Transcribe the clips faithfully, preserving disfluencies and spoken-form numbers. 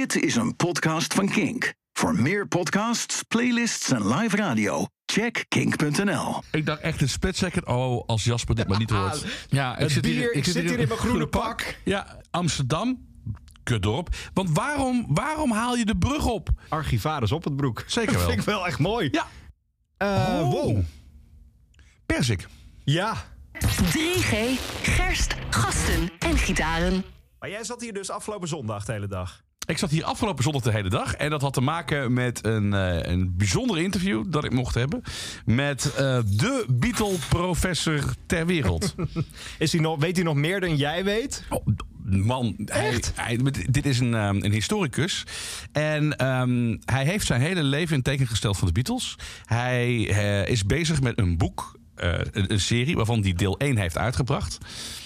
Dit is een podcast van Kink. Voor meer podcasts, playlists en live radio, check kink punt n l. Ik dacht echt een split second. Oh, als Jasper dit maar niet hoort. Ja, ik het zit bier, hier, ik zit hier in mijn groene pak. Ja, Amsterdam. Kutdorp. Want waarom, waarom haal je de brug op? Archivaris op het broek. Zeker Dat wel. vind ik wel echt mooi. Ja. Uh, Oh. Wow. Persik. Ja. drie G, gerst, gasten en gitaren. Maar jij zat hier dus afgelopen zondag de hele dag. Ik zat hier afgelopen zondag de hele dag. En dat had te maken met een, uh, een bijzonder interview dat ik mocht hebben. Met uh, de Beatle-professor ter wereld. Is hij nog, weet hij nog meer dan jij weet? Oh, man, hij, hij, dit is een, um, een historicus. En um, hij heeft zijn hele leven in teken gesteld van de Beatles. Hij uh, is bezig met een boek, uh, een, een serie waarvan hij deel één heeft uitgebracht.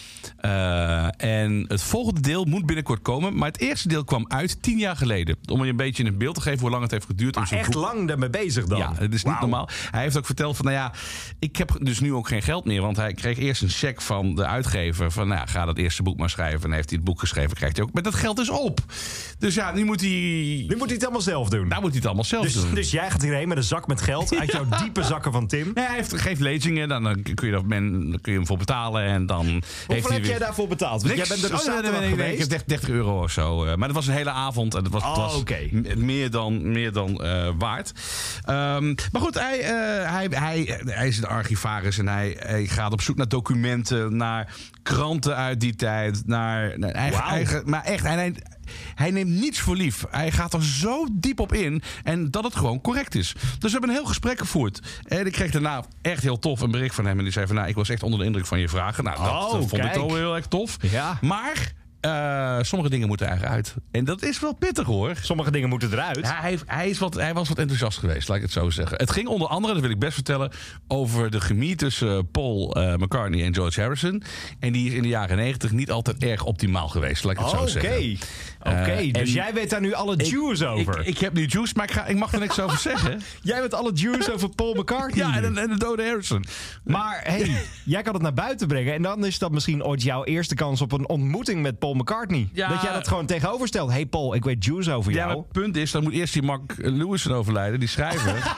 Uh, en het volgende deel moet binnenkort komen. Maar het eerste deel kwam uit tien jaar geleden. Om je een beetje in een beeld te geven hoe lang het heeft geduurd. Maar om zo'n echt boek... lang daarmee bezig dan? Ja, het is Wauw. niet normaal. Hij heeft ook verteld van, nou ja, ik heb dus nu ook geen geld meer. Want hij kreeg eerst een cheque van de uitgever. Van, nou ja, ga dat eerste boek maar schrijven. En heeft hij het boek geschreven, krijgt hij ook. Maar dat geld is op. Dus ja, nu moet hij... Nu moet hij het allemaal zelf doen. Nou moet hij het allemaal zelf dus, doen. dus jij gaat hierheen met een zak met geld uit jouw diepe zakken van Tim. Ja, hij heeft, geeft lezingen, dan, dan, kun je dat, men, dan kun je hem voor betalen. En dan heeft Hoeveel hij heb weer... jij daarvoor betaald? Want jij bent er dus Oh, nee, zaterdag nee, nee, nee, geweest. ik heb dertig euro of zo. Uh, maar dat was een hele avond. En het was, Oh, het was oké. m- meer dan, meer dan uh, waard. Um, maar goed, hij, uh, hij, hij, hij is een archivaris. En hij, hij gaat op zoek naar documenten. Naar kranten uit die tijd. Naar, naar eigen, Wauw. eigen, maar echt, hij neemt, hij neemt niets voor lief. Hij gaat er zo diep op in. En dat het gewoon correct is. Dus we hebben een heel gesprek gevoerd. En ik kreeg daarna echt heel tof een bericht van hem. En die zei van, nou, ik was echt onder de indruk van je vragen. Nou, dat Oh, uh, vond kijk. ik al heel erg tof. Ja. Maar uh, sommige dingen moeten eigenlijk uit. En dat is wel pittig, hoor. Sommige dingen moeten eruit. Ja, hij, hij, is wat, hij was wat enthousiast geweest, laat ik het zo zeggen. Het ging onder andere, dat wil ik best vertellen, over de chemie tussen Paul uh, McCartney en George Harrison. En die is in de jaren negentig niet altijd erg optimaal geweest, laat ik het Oké, zo zeggen. oké. Uh, dus en jij weet daar nu alle juice over. Ik, ik heb nu juice, maar ik, ga, ik mag er niks over zeggen. Jij weet alle juice over Paul McCartney. Ja, nu. en, en de dode Harrison. Maar hey, jij kan het naar buiten brengen. En dan is dat misschien ooit jouw eerste kans op een ontmoeting met Paul McCartney. Ja. Dat jij dat gewoon tegenover stelt. Hey Paul, ik weet juice over Ja, jou. maar het punt is, dan moet eerst die Mark Lewison overlijden, die schrijver.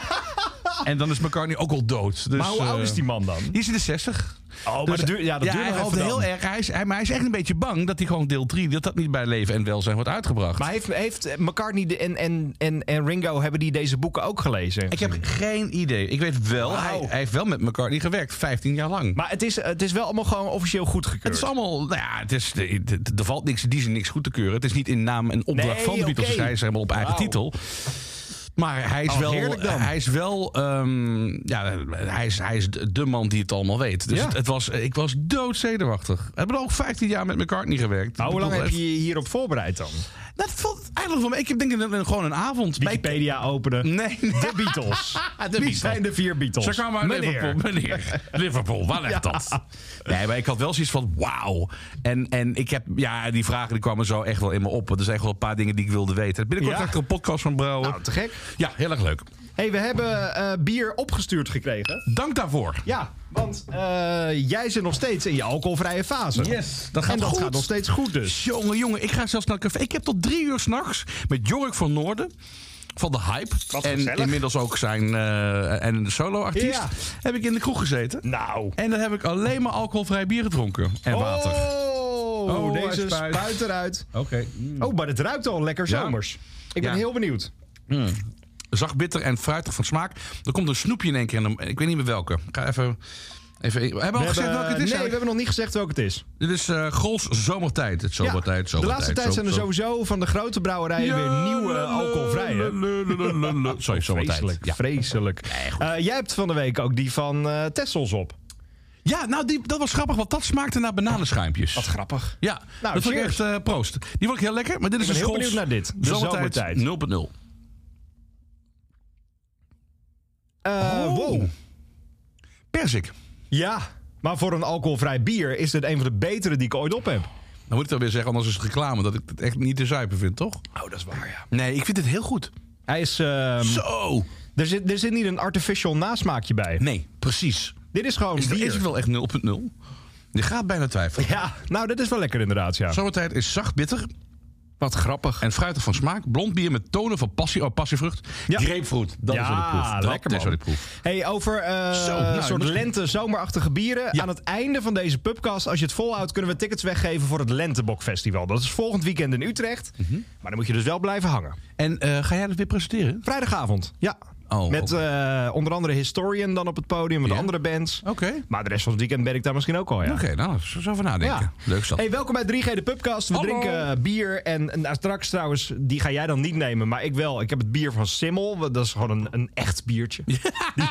En dan is McCartney ook al dood. Dus, maar hoe oud uh, is die man dan? Die is in de zestig. Oh, maar Dus, dat duurt, ja, dat ja, duurt hij nog hoopt even heel dan. erg. Hij is, hij, maar hij is echt een beetje bang dat hij gewoon deel drie, dat dat niet bij leven en welzijn wordt uitgebracht. Maar heeft, heeft McCartney de, en, en, en, en Ringo, hebben die deze boeken ook gelezen? Ik heb geen idee. Ik weet wel, Wauw. hij, hij heeft wel met McCartney gewerkt, vijftien jaar lang. Maar het is, het is wel allemaal gewoon officieel goedgekeurd. Het is allemaal, nou ja, het is, er valt niks, die zijn niks goed te keuren. Het is niet in naam en opdracht Nee, van de Beatles, oké. dus hij is helemaal op eigen Wauw. titel. Maar hij is Oh, wel, heerlijk dan. hij is wel, um, ja, hij is, hij is de man die het allemaal weet. Dus Ja. het, het was, ik was doodzenuwachtig. We hebben ook vijftien jaar met McCartney gewerkt. Nou, hoe Ik lang bedoel, heb je je hierop voorbereid dan? Nou, dat valt eigenlijk wel mee. Ik heb denk ik een- gewoon een avond. Maar ik- Wikipedia openen. Nee, De Beatles. De Wie Beatles. zijn de vier Beatles? Ze gaan maar Meneer. Liverpool, meneer. Liverpool, waar ligt dat? Nee, maar ik had wel zoiets van, wauw. En, en ik heb, ja, die vragen die kwamen zo echt wel in me op. Er zijn echt wel een paar dingen die ik wilde weten. Binnenkort Ja? ga ik er een podcast van brouwen. Nou, te gek. Ja, heel erg leuk. Hey, we hebben eh, bier opgestuurd gekregen. Dank daarvoor. Ja, want eh, jij zit nog steeds in je alcoholvrije fase. Yes, dat gaat en dat goed. gaat nog steeds goed dus. Jongen, jongen, ik ga zelfs naar het café. Ik heb tot drie uur s'nachts met Jorik van Noorden van de Hype. Wat en gezellig. inmiddels ook zijn uh, en de solo-artiest. Ja. Heb ik in de kroeg gezeten. Nou. En dan heb ik alleen maar alcoholvrij bier gedronken. En water. Oh, Oh, hij deze spuit. spuit eruit. Oké. Oh, maar het ruikt al lekker Ja. zomers. Ik ben Ja. heel benieuwd. Zacht, bitter en fruitig van smaak. Er komt een snoepje in één keer. In de, ik weet niet meer welke. Ik ga even... even we hebben al We gezegd hebben- welke het is. nee, we eigenlijk? hebben nog niet gezegd welke het is. Dit is uh, Grols Zomertijd. Het zomertijd, Ja, zomertijd. de laatste tijd zo- zijn er zo- sowieso van de grote brouwerijen weer nieuwe alcoholvrije. Sorry, zomertijd. Vreselijk, Ja. vreselijk. Eh, jij hebt van de week ook die van uh, Tessels op. Ja, nou, die, dat was grappig, want dat smaakte naar bananenschuimpjes. Wat grappig. Ja, Nou, dat vond ik cheers. echt uh, proost. Die vond ik heel lekker, maar dit is ben een heel Schols benieuwd naar dit. De Zomertijd zomertijd. nul punt nul. Uh, Oh. Wow. Persik. Ja, maar voor een alcoholvrij bier is dit een van de betere die ik ooit op heb. Dan moet ik dan weer zeggen, anders is het reclame, dat ik het echt niet te zuipen vind, toch? Oh, dat is waar, ja. Nee, ik vind het heel goed. Hij is... ehm, Zo! er, zit, er zit niet een artificial nasmaakje bij. Nee, precies. Dit is gewoon Is, bier. is het wel echt nul punt nul? Je gaat bijna twijfelen. Ja, nou, dit is wel lekker inderdaad, ja. Zomertijd is zacht bitter. Wat grappig. En fruitig van smaak. Blond bier met tonen van passie, oh, passievrucht. Ja. Grapefruit. Dat Ja, is wat ik proef. Dat lekker, is man. wat ik proef. Hey, over uh, Zo, nou, een soort misschien- lente-zomerachtige bieren. Ja. Aan het einde van deze pubcast, als je het volhoudt, kunnen we tickets weggeven voor het Lentebok-festival. Dat is volgend weekend in Utrecht. Mhm. Maar dan moet je dus wel blijven hangen. En uh, ga jij dat weer presenteren? Vrijdagavond, ja. Oh, Met oké. uh, onder andere Historian dan op het podium, met Ja. andere bands. Oké. Maar de rest van het weekend ben ik daar misschien ook al, ja. Oké, nou, zo zo van nadenken. Ja. Leuk stad. Hey, welkom bij drie G de Pubcast. We Hallo. drinken bier en nou, straks trouwens, die ga jij dan niet nemen, maar ik wel. Ik heb het bier van Simmel. Dat is gewoon een, een echt biertje. Die,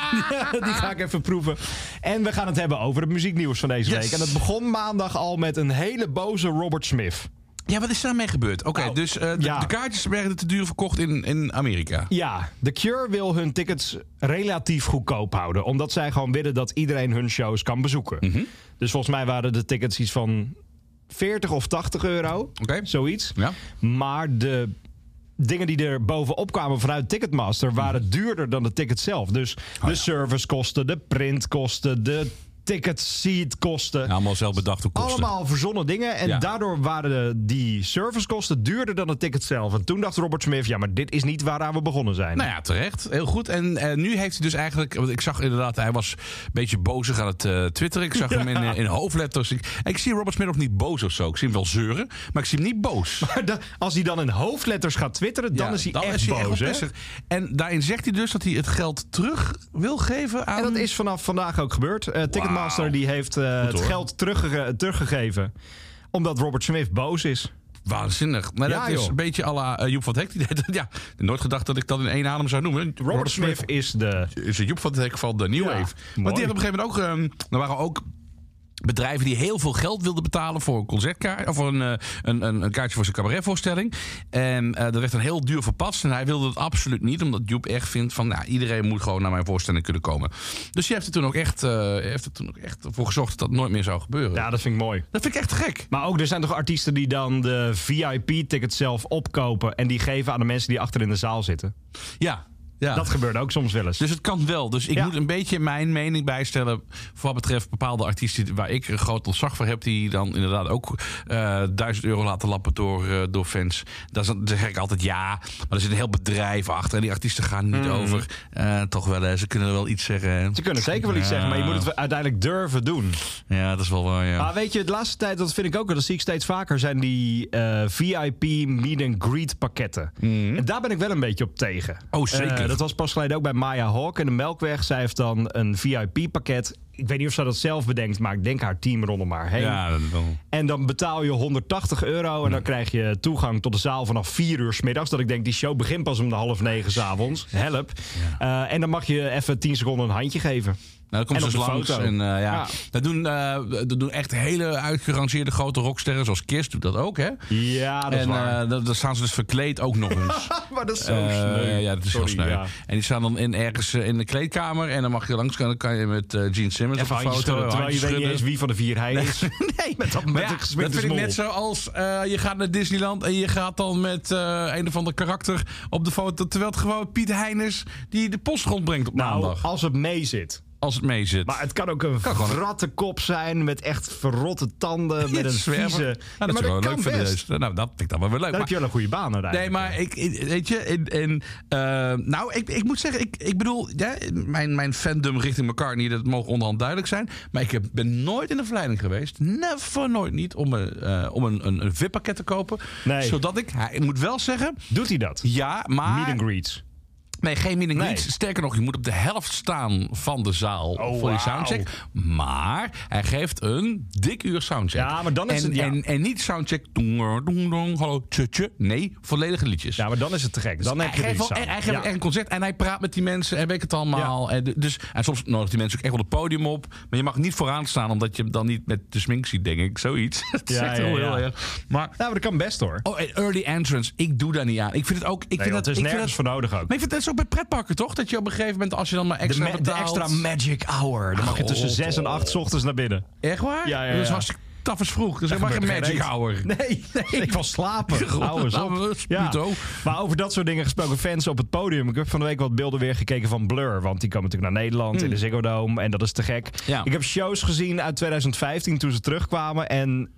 die ga ik even proeven. En we gaan het hebben over het muzieknieuws van deze Yes. week. En het begon maandag al met een hele boze Robert Smith. Ja, wat is daarmee gebeurd? Oké, Nou, dus uh, de, ja. de kaartjes werden te duur verkocht in, in Amerika. Ja, The Cure wil hun tickets relatief goedkoop houden. Omdat zij gewoon willen dat iedereen hun shows kan bezoeken. Mhm. Dus volgens mij waren de tickets iets van veertig of tachtig euro. Oké. Zoiets. Ja. Maar de dingen die er bovenop kwamen vanuit Ticketmaster waren duurder dan de ticket zelf. Dus Oh, de ja. servicekosten, de printkosten, de ticket seat kosten. Ja, allemaal zelf bedachte kosten. Allemaal verzonnen dingen. En Ja. daardoor waren de, die servicekosten duurder dan het ticket zelf. En toen dacht Robert Smith, ja, maar dit is niet waaraan we begonnen zijn. Nou ja, terecht. Heel goed. En uh, nu heeft hij dus eigenlijk... Want ik zag inderdaad, hij was een beetje bozig aan het uh, twitteren. Ik zag hem in, uh, in hoofdletters. Ik, ik zie Robert Smith nog niet boos of zo. Ik zie hem wel zeuren, maar ik zie hem niet boos. Maar da- als hij dan in hoofdletters gaat twitteren, dan Ja, is hij dan echt is hij boos. wel hè? pissig. En daarin zegt hij dus dat hij het geld terug wil geven aan... En dat is vanaf vandaag ook gebeurd. Uh, Ticketmaster Wauw. die heeft uh, het hoor. geld teruggege- teruggegeven. Omdat Robert Smith boos is. Waanzinnig. Maar Ja, dat is joh. een beetje à la uh, Joep van het Hek. Die deed dat- ja, nooit gedacht dat ik dat in één adem zou noemen. Robert Smith is de... is een Joep van het Hek van de New Ja, Wave. mooi. Want die had op een gegeven moment ook... Um, er waren ook bedrijven die heel veel geld wilden betalen voor een concertkaart. Of voor een, uh, een, een, een kaartje voor zijn cabaretvoorstelling. En uh, dat werd dan heel duur verpast. En hij wilde het absoluut niet. Omdat Joep echt vindt van... Nou, iedereen moet gewoon naar mijn voorstelling kunnen komen. Dus die heeft er toen ook echt, uh, heeft er toen ook echt voor gezorgd dat dat nooit meer zou gebeuren. Ja, dat vind ik mooi. Dat vind ik echt gek. Maar ook, er zijn toch artiesten die dan de V I P-tickets zelf opkopen... en die geven aan de mensen die achter in de zaal zitten. Ja. Ja. Dat gebeurt ook soms wel eens. Dus het kan wel. Dus ik Ja. moet een beetje mijn mening bijstellen... voor wat betreft bepaalde artiesten... waar ik een groot ontzag voor heb... die dan inderdaad ook uh, duizend euro laten lappen door, uh, door fans. Dat is, dan zeg ik altijd ja. Maar er zit een heel bedrijf achter. En die artiesten gaan niet Mm. over. Uh, toch wel, hè. Ze kunnen wel iets zeggen. Hè. Ze kunnen zeker wel iets Ja. zeggen, maar je moet het uiteindelijk durven doen. Ja, dat is wel waar, ja. Maar weet je, de laatste tijd, dat vind ik ook, dat zie ik steeds vaker... zijn die uh, V I P meet-and-greet pakketten. Mhm. En daar ben ik wel een beetje op tegen. Oh, zeker. Uh, dat was pas geleden ook bij Maya Hawke in de Melkweg. Zij heeft dan een V I P-pakket. Ik weet niet of ze dat zelf bedenkt, maar ik denk haar team rondom haar heen. Ja, dat wel. En dan betaal je honderdtachtig euro en dan krijg je toegang tot de zaal vanaf vier uur 's middags. Dat ik denk, die show begint pas om de half negen 's avonds. Help. Uh, en dan mag je even tien seconden een handje geven. Nou, dan komt En ze op de langs. foto. En, uh, ja. Ja. Dat, doen, uh, dat doen echt hele uitgerangeerde grote rocksterren. Zoals Kiss doet dat ook, hè? Ja, dat is en waar. uh, dan dan staan ze dus verkleed ook nog eens. Maar dat is zo Uh, sneu. ja, dat is Sorry, heel sneu. ja. En die staan dan in, ergens uh, in de kleedkamer. En dan mag je langs gaan. Dan kan je met uh, Gene Simmons Even op een handjes foto. schudden, terwijl je weet niet eens wie van de vier hij is. Nee, Met dat, maar met ja, een dat gesminkte vind ik smol. net zoals uh, je gaat naar Disneyland en je gaat dan met uh, een of ander karakter op de foto. Terwijl het gewoon Piet Heiners die de post rondbrengt op Nou, maandag. als het mee zit. Als het mee zit. Maar het kan ook een Kan gewoon- verratte kop zijn met echt verrotte tanden, met een Zwerver. vieze... Nou, Ja, dat maar is wel dat leuk kan vinden. best. Dus. Nou, dat vind ik dan wel weer leuk. Dan heb je wel een goede baan Nee, uiteindelijk. maar ik, ik- weet je, en, en, uh, nou, ik, ik moet zeggen, ik, ik bedoel, ja, mijn, mijn fandom richting McCartney, dat mogen onderhand duidelijk zijn. Maar ik heb, ben nooit in de verleiding geweest, never, nooit niet, om, een, uh, om een, een, een V I P-pakket te kopen. Nee. Zodat ik, ja, ik moet wel zeggen, Doet hij dat? ja, maar... Meet and greets. Nee, geen meet and Nee. greets. Sterker nog, je moet op de helft staan van de zaal Oh, voor die wauw. soundcheck. Maar hij geeft een dik uur soundcheck. Ja, maar dan is en, het- ja. En, en niet soundcheck, dong, dong, dong, hallo, tje, nee, volledige liedjes. Ja, maar dan is het te gek. Dan heb hij je er geeft, iets wel, aan. hij geeft Ja. echt een concert en hij praat met die mensen en weet het allemaal. En, de- dus, en soms nodigt die mensen ook echt wel het podium op. Maar je mag niet vooraan staan, omdat je hem dan niet met de smink ziet, denk ik. Zoiets. Dat is Ja, echt ja, heel, ja. heel erg. Maar, Nou, maar dat kan best hoor. oh, en early entrance, ik doe daar niet aan. Ik vind het ook... Ik Nee, vind want dat, er is ik vind nergens dat, voor nodig ook. maar ik vind het zo bij pretparken, toch? Dat je op een gegeven moment, als je dan maar De, extra ma- de betaalt... extra magic hour. Dan mag je tussen God. zes en acht 's ochtends naar binnen. Echt waar? Ja, ja, Dat is ja. hartstikke taf is vroeg. Dus Daar helemaal geen gebeurt magic geen hour. Nee, nee, ik was slapen. God, Hou eens op. nou, we Ja. sputo. Maar over dat soort dingen gesproken, fans op het podium. Ik heb van de week wat beelden weer gekeken van Blur. Want die komen natuurlijk naar Nederland in de Ziggo Dome. En dat is te gek. Ja. Ik heb shows gezien uit twintig vijftien toen ze terugkwamen. En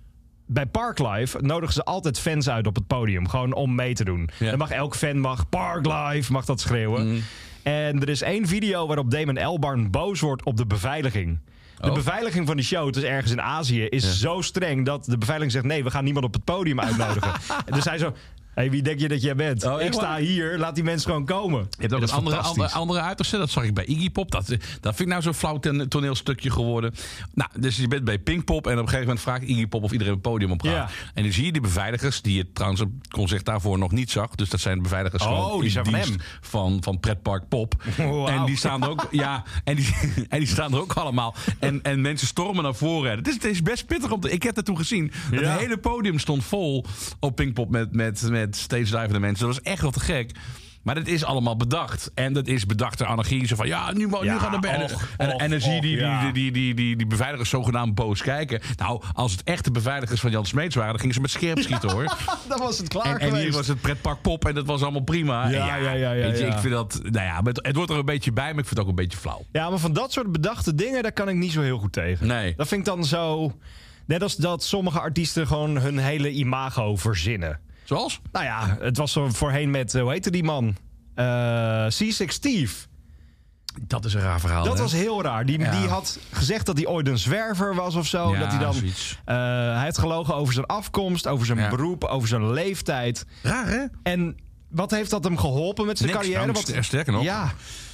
bij Parklife nodigen ze altijd fans uit op het podium. Gewoon om mee te doen. Ja. Dan mag elk fan, mag Parklife, mag dat schreeuwen. Mm. En er is één video waarop Damon Albarn boos wordt op de beveiliging. De oh. beveiliging van die show, het is ergens in Azië, is ja. zo streng dat de beveiliging zegt... nee, we gaan niemand op het podium uitnodigen. En dus hij zo... Hé, hey, wie denk je dat jij bent? Oh, ik sta hier, laat die mensen gewoon komen. Je hebt ook een andere, andere, andere uiterste. Dat zag ik bij Iggy Pop. Dat, dat vind ik nou zo'n flauw ten, toneelstukje geworden. Nou, dus je bent bij Pinkpop en op een gegeven moment vraagt Iggy Pop of iedereen op het podium op gaat. Ja. En dan zie je die beveiligers, die je trouwens op het concert daarvoor nog niet zag. Dus dat zijn de beveiligers oh, gewoon die zijn in van dienst hem. van, van Pretpark Pop. Wow. En die staan er ook, ja, en die, en die staan er ook allemaal. En, en mensen stormen naar voren. Het is, het is best pittig om te... Ik heb dat toen gezien. Ja. Het hele podium stond vol op Pinkpop met, met, met stage dive en mensen. Dat was echt wel te gek. Maar dat is allemaal bedacht. En dat is bedachte anarchie. Zo van, ja, nu, nu ja, gaan de banden. En, en dan zie je die, ja. die, die, die, die, die beveiligers zogenaamd boos kijken. Nou, als het echte beveiligers van Jan Smeets waren... dan gingen ze met scherp schieten, hoor. Dan was het klaar en, en hier was het Pretpark Pop en dat was allemaal prima. Ja, ja, ja, ja, ja, weet je, ja. ik vind dat... Nou ja, het, het wordt er een beetje bij, maar ik vind het ook een beetje flauw. Ja, maar van dat soort bedachte dingen... daar kan ik niet zo heel goed tegen. Nee. Dat vind ik dan zo... Net als dat sommige artiesten gewoon hun hele imago verzinnen. Zoals? Nou ja, het was zo voorheen met, hoe heette die man? Uh, C zes Steve. Dat is een raar verhaal. Dat hè? was heel raar. Die, Ja. die had gezegd dat hij ooit een zwerver was of zo. Ja, dat hij dan. zoiets. Uh, hij heeft gelogen over zijn afkomst, over zijn Ja. beroep, over zijn leeftijd. Raar, hè? En wat heeft dat hem geholpen met zijn Niks, carrière? nou, Wat, st- sterker nog. Ja,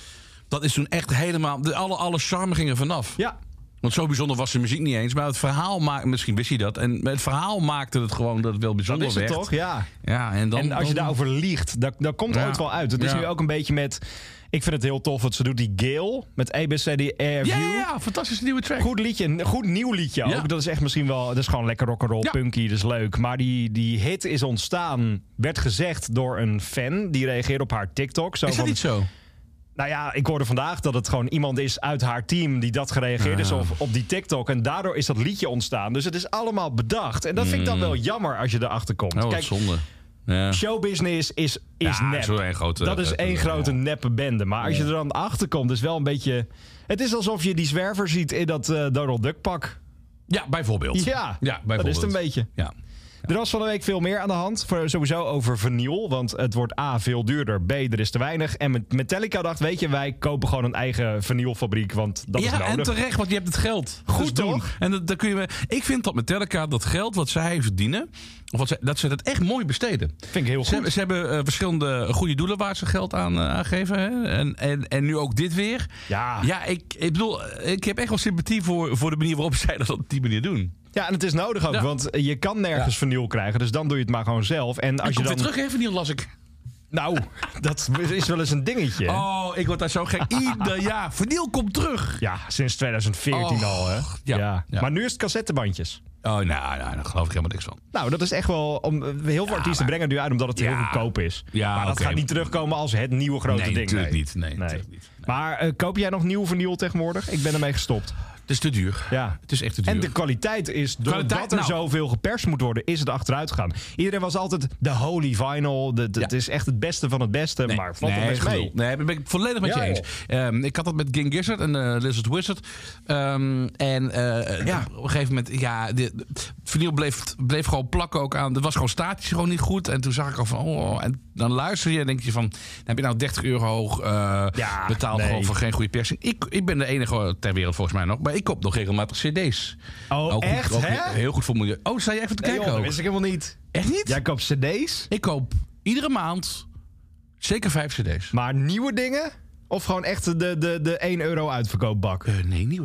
Dat is toen echt helemaal... De, alle, alle charme ging er vanaf. ja. Want zo bijzonder was zijn muziek niet eens. Maar het verhaal maakte... Misschien wist hij dat. En het verhaal maakte het gewoon dat het wel bijzonder Dat is het werd. toch? Ja. Ja, en dan, En als je dan- daarover liegt, dat, dat komt Ja. ooit wel uit. Het is Ja. nu ook een beetje met... Ik vind het heel tof wat ze doet, die Gail. Met A B C D Air Ja, View. ja, ja, fantastische nieuwe track. Goed liedje, een goed nieuw liedje ook. Ja. Dat is echt misschien wel, dat is gewoon lekker rock'n'roll, Ja. punky, dat is leuk. Maar die, die hit is ontstaan, werd gezegd door een fan. Die reageerde op haar TikTok. Zo Is dat van, niet zo? nou ja, ik hoorde vandaag dat het gewoon iemand is uit haar team die dat gereageerd is op, op die TikTok. En daardoor is dat liedje ontstaan. Dus het is allemaal bedacht. En dat vind ik dan wel jammer als je erachter komt. Oh, wat Kijk, zonde. Ja. showbusiness is, is Ja, nep. zo één grote- dat is één ja. grote neppe bende. Maar als je er dan achter komt, is wel een beetje... Het is alsof je die zwerver ziet in dat uh, Donald Duck pak. Ja, bijvoorbeeld. Ja, ja dat bijvoorbeeld. is het een beetje. Ja. Er was van de week veel meer aan de hand. Voor, sowieso over vinyl. Want het wordt A, veel duurder. B, er is te weinig. En met Metallica dacht, weet je, wij kopen gewoon een eigen vinylfabriek. Want dat is ja, nodig. en terecht, want je hebt het geld. Goed, Dus doen. toch? En dat, dat kun je, ik vind dat Metallica dat geld wat zij verdienen, of wat zij, dat ze dat echt mooi besteden. Vind ik heel Ze, goed. ze hebben uh, verschillende goede doelen waar ze geld aan uh, geven. Hè? En, en, en nu ook dit weer. Ja. Ja, ik, ik bedoel, ik heb echt wel sympathie voor, voor de manier waarop zij dat op die manier doen. Ja, en het is nodig ook. Ja. Want je kan nergens Ja. vinyl krijgen. Dus dan doe je het maar gewoon zelf. En als Als je je dan... weer terug even niet las ik. Nou, dat is wel eens een dingetje. Oh, ik word daar zo gek. Ieder jaar. Vinyl komt terug. Ja, sinds twintig veertien Oh, al, hè? ja, ja. Maar nu is het cassettebandjes. Oh, nou, nou, daar geloof ik helemaal niks van. Nou, dat is echt wel... Om, heel veel Ja, artiesten maar- brengen het nu uit omdat het heel Ja. goedkoop is. Ja, maar dat oké. gaat niet terugkomen als het nieuwe grote Nee, ding. natuurlijk niet. Nee, natuurlijk niet. Nee. Maar eh, koop jij nog nieuw vinyl tegenwoordig? Ik ben ermee gestopt. Het is te duur. Ja. Het is echt te duur. En de kwaliteit is, doordat Kwaliteit, er nou. zoveel geperst moet worden, is het achteruit gegaan. Iedereen was altijd de holy vinyl. De, de, Ja. Het is echt het beste van het beste, Nee, maar valt nee, er best gelul. mee. Nee, daar ben ik volledig met Ja, je eens. Um, ik had dat met Ging Gizzard en uh, Lizard Wizard. Um, en uh, Ja. op een gegeven moment, ja, de, de, het vinyl bleef, bleef gewoon plakken ook aan. Het was gewoon statisch gewoon niet goed. En toen zag ik al van, oh, en dan luister je en denk je van, dan heb je nou dertig euro hoog uh, Ja, betaald nee. gewoon voor geen goede persing. Ik, ik ben de enige ter wereld volgens mij nog, maar ik koop nog regelmatig cd's. Oh, Ook goed- echt, ook hè? Heel goed voor milieu. Oh, sta je even te Nee, kijken joh, dat ook? wist ik helemaal niet. Echt niet? Jij koopt cd's, Ik koop iedere maand zeker vijf cd's. maar nieuwe dingen? Of gewoon echt de, de, de één euro uitverkoopbak? Uh, nee, nieuwe.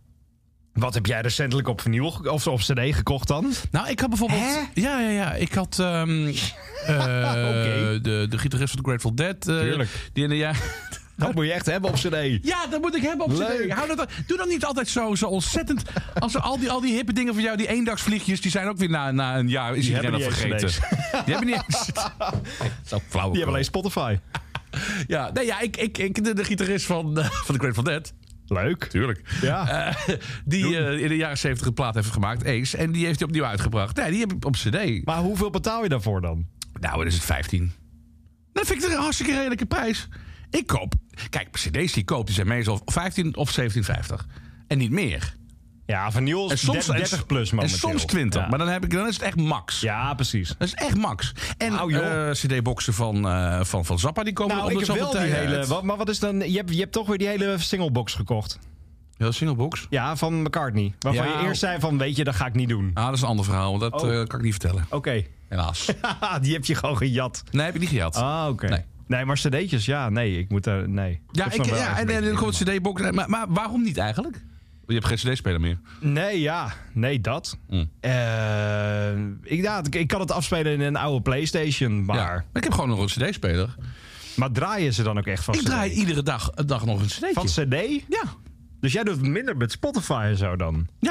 Wat heb jij recentelijk op vinyl ge- of op cd gekocht dan? Nou, ik had bijvoorbeeld... Hè? Ja, ja, ja. Ik had um, uh, Oké. de, de gitarist van The Grateful Dead. Uh, Tuurlijk. Die in de ja... Dat moet je echt hebben op cd. Ja, dat moet ik hebben op Leuk. cd. Hou dat, doe dan niet altijd zo, zo ontzettend... Als er al die, al die hippe dingen van jou, die eendagsvliegjes... die zijn ook weer na, na een jaar is Die iedereen al hebben niet eens vergeten. Die hebben niet eens... Zo flauw. Die hebben alleen Spotify. Ja, nee, ja, ik, ik, ik de, de gitarist van, uh, van The Grateful Dead... Leuk. Tuurlijk. Ja. Uh, die uh, in de jaren zeventig een plaat heeft gemaakt, Ace. En die heeft hij opnieuw uitgebracht. Nee, die heb ik op cd. Maar hoeveel betaal je daarvoor dan? Nou, dan is het vijftien. Dat vind ik een hartstikke redelijke prijs. Ik koop... Kijk, cd's die ik koop, die zijn meestal vijftien of zeventien vijftig. En niet meer. Ja, vinyl En is soms, dertig plus en momenteel. soms twintig, Ja. maar dan, heb ik, dan is het echt max. Ja, precies. Dat is echt max. En Wauw, joh. eh, cd-boxen van, uh, van, van Zappa, die komen Nou, om de ik heb zoveel wel die tijd hele... uit. Wat, maar wat is dan... Je hebt, je hebt toch weer die hele singlebox gekocht. Ja, singlebox? Ja, van McCartney. Waarvan Ja. je eerst zei van, weet je, dat ga ik niet doen. Ah, dat is een ander verhaal, want dat Oh. uh, kan ik niet vertellen. Oké. Okay. Helaas. die heb je gewoon gejat. Nee, heb ik niet gehad. Ah, oké. Okay. Nee. Nee, maar cd'tjes, ja, nee, ik moet er... Nee. Ja, ik, ja en, en dan komt het cd-box. Maar, maar waarom niet eigenlijk? Je hebt geen cd-speler meer. Nee, ja. Nee, dat. Mm. Uh, ik, ja, ik kan het afspelen in een oude PlayStation, maar... Ja, ik heb gewoon nog een cd-speler. Maar draaien ze dan ook echt van Ik cd? draai iedere dag, een dag nog een cd'tje. Van cd? Ja. Dus jij doet minder met Spotify en zo dan? Ja,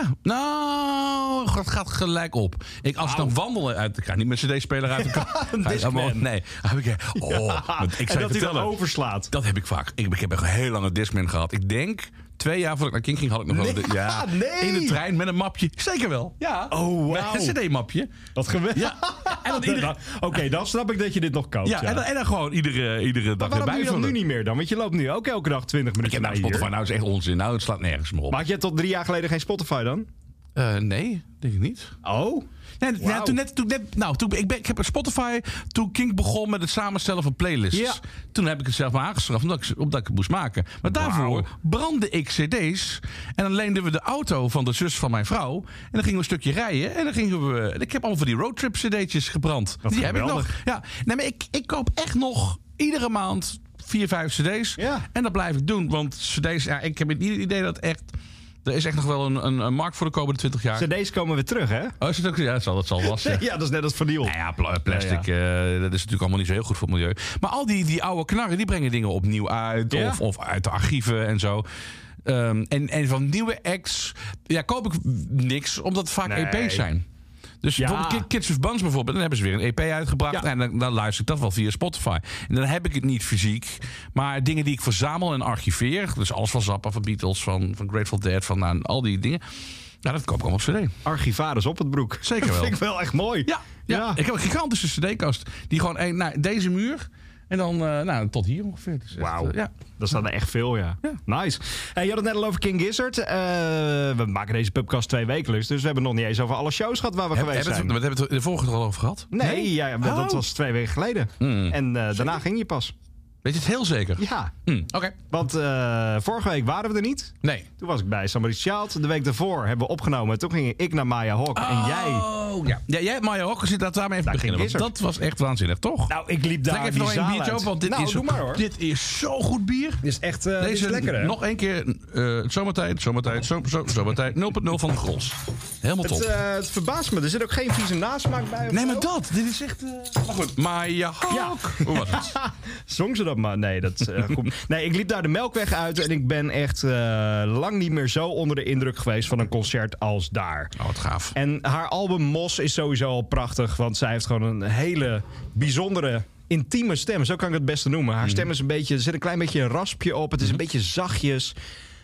nou, het gaat gelijk op. Ik, als ik dan wandelen uit... Ik ga niet mijn cd-speler uit elkaar. Een Discman. Nee. Heb ik, oh, Ja, want ik en zou dat je hij dan vertellen, overslaat. dat heb ik vaak. Ik, ik heb echt een heel lange Discman gehad. Ik denk... Twee jaar voordat ik naar King ging, had ik nog wel... Nee, De, ja, nee. in de trein met een mapje. Zeker wel. Ja. Oh, wauw. Met een cd-mapje. Wat geweldig. Ja. En dan iedere... Oké, okay, dan snap ik dat je dit nog koopt. Ja, Ja, en, dan, en dan gewoon iedere, iedere dag maar waarom erbij doe je dat vullen. nu niet meer dan? Want je loopt nu ook elke dag twintig Ik minuten heb naar nou hier. Spotify, nou is echt onzin. Nou, het slaat nergens meer op. Maar had je tot drie jaar geleden geen Spotify dan? Uh, nee, denk ik niet. Oh. Nee, Wow. ja, toen net, toen net, nou, toen, ik, ben, ik heb een Spotify toen Kink begon met het samenstellen van playlists. Ja. Toen heb ik het zelf maar aangeschaft omdat ik, omdat ik het moest maken. Maar daarvoor Wauw. brandde ik cd's. En dan leenden we de auto van de zus van mijn vrouw. En dan gingen we een stukje rijden. En dan gingen we... En ik heb allemaal van die roadtrip cd'tjes gebrand. Wat die geweldig. heb ik nog. Ja, nee, maar ik, ik koop echt nog iedere maand vier, vijf cd's. Ja. En dat blijf ik doen. Want cd's, ja, ik heb het idee dat echt... Er is echt nog wel een, een, een markt voor de komende twintig jaar. cd's komen weer terug, hè? Oh, is het ook? Ja, dat zal, dat zal wel zijn. Ja, dat is net als vinyl. Nou ja, pla- plastic, Ja, eh, dat is natuurlijk allemaal niet zo heel goed voor het milieu. Maar al die, die oude knarren, die brengen dingen opnieuw uit. Ja. Of, of uit de archieven en zo. Um, en, en van nieuwe acts ja, koop ik niks, omdat het vaak Nee. E P's zijn. Dus Ja. bijvoorbeeld Kids of Buns bijvoorbeeld, dan hebben ze weer een E P uitgebracht. Ja. En dan, dan luister ik dat wel via Spotify. En dan heb ik het niet fysiek. Maar dingen die ik verzamel en archiveer. Dus alles van Zappa, van Beatles, van, van Grateful Dead, van nou, al die dingen. Ja, dat koop ik allemaal op cd. Archivaris op het broek. Zeker Dat wel. vind ik wel echt mooi. Ja, ja. Ja. Ik heb een gigantische cd-kast. Die gewoon een, nou, deze muur. En dan uh, nou, tot hier ongeveer. Dus echt, Wauw. uh, ja. Dat staat er echt veel, ja. Ja. Nice. Hey, je had het net al over King Gizzard. Uh, we maken deze pubcast twee wekelijks. Dus we hebben nog niet eens over alle shows gehad waar we Heb, geweest heb zijn. het, hebben we het de vorige er al over gehad? Nee, Ja, dat Oh. was twee weken geleden. Mm. En uh, daarna ging je pas. Weet je het heel zeker? Ja. Mm, Oké. Okay. Want uh, vorige week waren we er niet. Nee. Toen was ik bij Somebody's Child. De week daarvoor hebben we opgenomen. Toen ging ik naar Maya Hawk. En jij... Oh, ja. ja. Jij hebt Maya Hawk gezien. Laten we daarmee even Daar beginnen. ging Want dat was echt waanzinnig, toch? Nou, ik liep daar Trek even die nog een zaal biertje uit. op, want dit, nou, is, doe maar, hoor. dit is zo goed bier. Dit is echt uh, dit Deze is lekker, hè? nog één keer. Uh, zomertijd, zomertijd, zo, zo, zomertijd. nul punt nul van de Gros. Helemaal top. Het, uh, het verbaast me. Er zit ook geen vieze nasmaak bij. Of Nee, zo. maar dat. Dit is echt... Uh... Maar goed. Maya Hawk. Ja. Hoe was het? Zong ze dat maar? Nee, dat is uh, goed. Nee, ik liep daar de Melkweg uit en ik ben echt uh, lang niet meer zo onder de indruk geweest van een concert als daar. Oh, wat gaaf. En haar album Mos is sowieso al prachtig, want zij heeft gewoon een hele bijzondere, intieme stem. Zo kan ik het beste noemen. Haar stem is een beetje, er zit een klein beetje een raspje op. Het is een beetje zachtjes.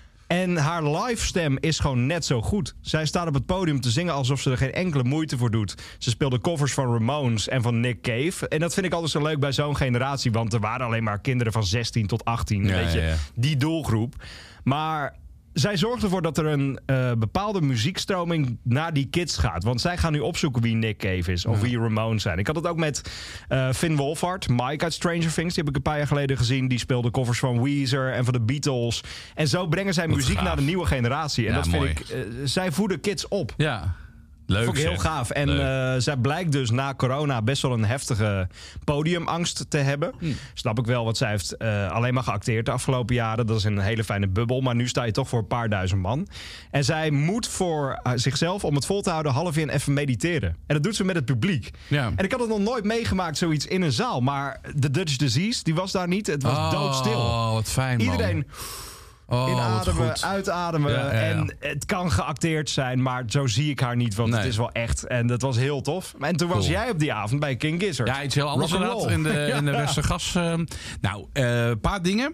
En haar live stem is gewoon net zo goed. Zij staat op het podium te zingen alsof ze er geen enkele moeite voor doet. Ze speelde covers van Ramones en van Nick Cave. En dat vind ik altijd zo leuk bij zo'n generatie. Want er waren alleen maar kinderen van zestien tot achttien. Ja, weet je, ja, ja. die doelgroep. Maar zij zorgt ervoor dat er een uh, bepaalde muziekstroming naar die kids gaat. Want zij gaan nu opzoeken wie Nick Cave is. Of Ja. wie Ramones zijn. Ik had het ook met uh, Finn Wolfhard. Mike uit Stranger Things. Die heb ik een paar jaar geleden gezien. Die speelde covers van Weezer en van de Beatles. En zo brengen zij Wat muziek gaaf. naar de nieuwe generatie. En Ja, dat vind mooi. ik... Uh, zij voeden kids op. Ja. Leuk, Dat vond ik heel zeg. gaaf. En Leuk. uh, zij blijkt dus na corona best wel een heftige podiumangst te hebben. Hm. Snap ik wel, want zij heeft uh, alleen maar geacteerd de afgelopen jaren. Dat is een hele fijne bubbel. Maar nu sta je toch voor een paar duizend man. En zij moet voor uh, zichzelf, om het vol te houden, half in even mediteren. En dat doet ze met het publiek. Ja. En ik had het nog nooit meegemaakt, zoiets in een zaal. Maar de Dutch Disease, die was daar niet. Het was Oh, doodstil. wat fijn, man. Iedereen oh, wat inademen, goed. uitademen. Ja, ja, ja. En het kan geacteerd zijn, maar zo zie ik haar niet. Want Nee. het is wel echt. En dat was heel tof. En toen was Cool. jij op die avond bij King Gizzard. Ja, iets heel anders Rock'n'roll. inderdaad in de, in de Ja. Westergas. Uh, nou, een uh, paar dingen.